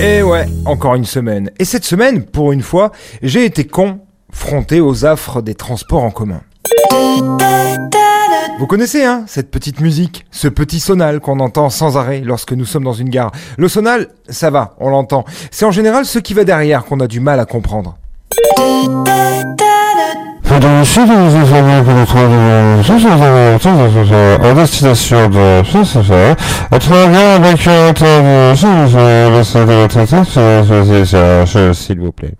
Et ouais, encore une semaine. Et cette semaine, pour une fois, j'ai été confronté aux affres des transports en commun. Vous connaissez, cette petite musique, ce petit sonal qu'on entend sans arrêt lorsque nous sommes dans une gare. Le sonal, ça va, on l'entend. C'est en général ce qui va derrière qu'on a du mal à comprendre. À destination de s'il vous plaît.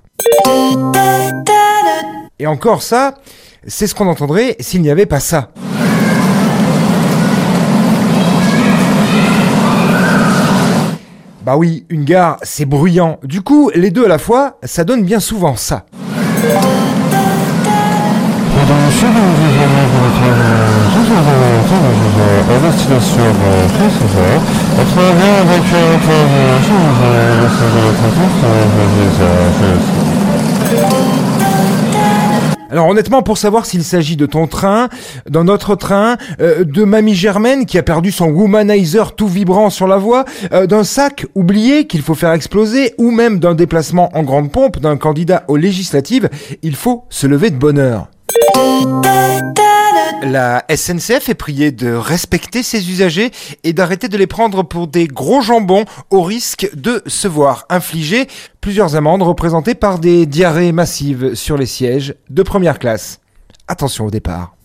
Et encore ça, c'est ce qu'on entendrait s'il n'y avait pas ça. Bah oui, une gare, c'est bruyant. Du coup, les deux à la fois, ça donne bien souvent ça. Alors honnêtement, pour savoir s'il s'agit de ton train, d'un autre train, de Mamie Germaine qui a perdu son womanizer tout vibrant sur la voie, d'un sac oublié qu'il faut faire exploser, ou même d'un déplacement en grande pompe d'un candidat aux législatives, il faut se lever de bonne heure. La SNCF est priée de respecter ses usagers et d'arrêter de les prendre pour des gros jambons au risque de se voir infliger plusieurs amendes représentées par des diarrhées massives sur les sièges de première classe. Attention au départ.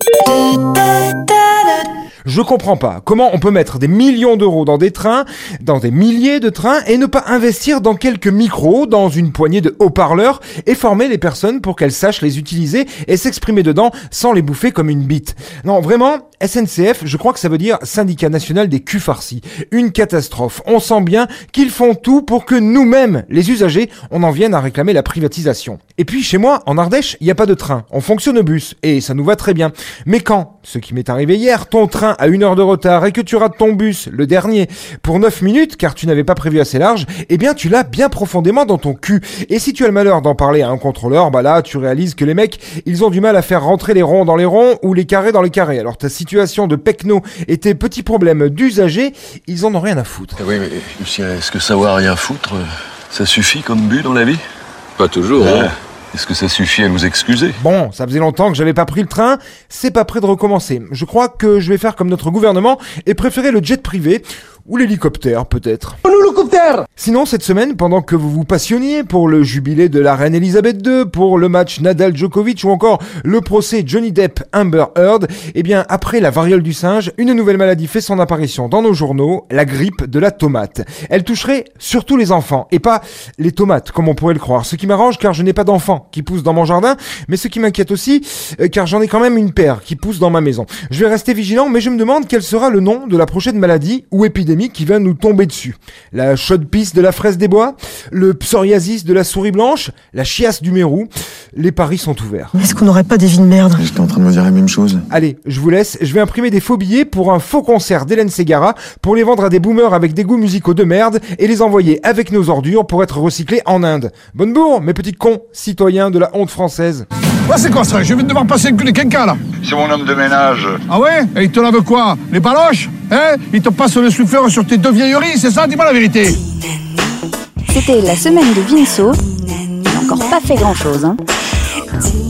Je comprends pas comment on peut mettre des millions d'euros dans des trains, dans des milliers de trains, et ne pas investir dans quelques micros, dans une poignée de haut-parleurs, et former les personnes pour qu'elles sachent les utiliser et s'exprimer dedans sans les bouffer comme une bite. Non, vraiment, SNCF, je crois que ça veut dire Syndicat National des culs farcis. Une catastrophe. On sent bien qu'ils font tout pour que nous-mêmes, les usagers, on en vienne à réclamer la privatisation. Et puis, chez moi, en Ardèche, il n'y a pas de train. On fonctionne au bus, et ça nous va très bien. Mais quand, ce qui m'est arrivé hier, ton train a 1 heure de retard et que tu rates ton bus, le dernier, pour 9 minutes, car tu n'avais pas prévu assez large, eh bien tu l'as bien profondément dans ton cul. Et si tu as le malheur d'en parler à un contrôleur, bah là tu réalises que les mecs, ils ont du mal à faire rentrer les ronds dans les ronds ou les carrés dans les carrés. Alors ta situation de pecno et tes petits problèmes d'usagers, ils en ont rien à foutre. Oui, mais Lucien, est-ce que savoir rien foutre, ça suffit comme but dans la vie ? Pas toujours, hein. Est-ce que ça suffit à nous excuser ? Bon, ça faisait longtemps que j'avais pas pris le train, c'est pas prêt de recommencer. Je crois que je vais faire comme notre gouvernement et préférer le jet privé, ou l'hélicoptère peut-être. Sinon, cette semaine, pendant que vous vous passionniez pour le jubilé de la reine Elisabeth II, pour le match Nadal-Djokovic ou encore le procès Johnny Depp-Amber Heard, eh bien, après la variole du singe, une nouvelle maladie fait son apparition dans nos journaux, la grippe de la tomate. Elle toucherait surtout les enfants, et pas les tomates, comme on pourrait le croire. Ce qui m'arrange, car je n'ai pas d'enfants qui poussent dans mon jardin, mais ce qui m'inquiète aussi, car j'en ai quand même une paire qui pousse dans ma maison. Je vais rester vigilant, mais je me demande quel sera le nom de la prochaine maladie ou épidémie qui va nous tomber dessus. La chaude-pisse de la fraise des bois, le psoriasis de la souris blanche, la chiasse du mérou. Les paris sont ouverts. Est-ce qu'on n'aurait pas des vies de merde ? J'étais en train de me dire la même chose. Allez, je vous laisse, je vais imprimer des faux billets pour un faux concert d'Hélène Ségara pour les vendre à des boomers avec des goûts musicaux de merde et les envoyer avec nos ordures pour être recyclés en Inde. Bonne bourre, mes petits cons, citoyens de la honte française. Ouais, c'est quoi ça ? Je vais devoir passer les quinquas là. C'est mon homme de ménage. Ah ouais ? Et il te lave quoi ? Les baloches ? Hein ? Il te passe le souffleur sur tes 2 vieilleries, c'est ça ? Dis-moi la vérité. C'était la semaine de Vinceau. Il n'a encore pas fait grand-chose,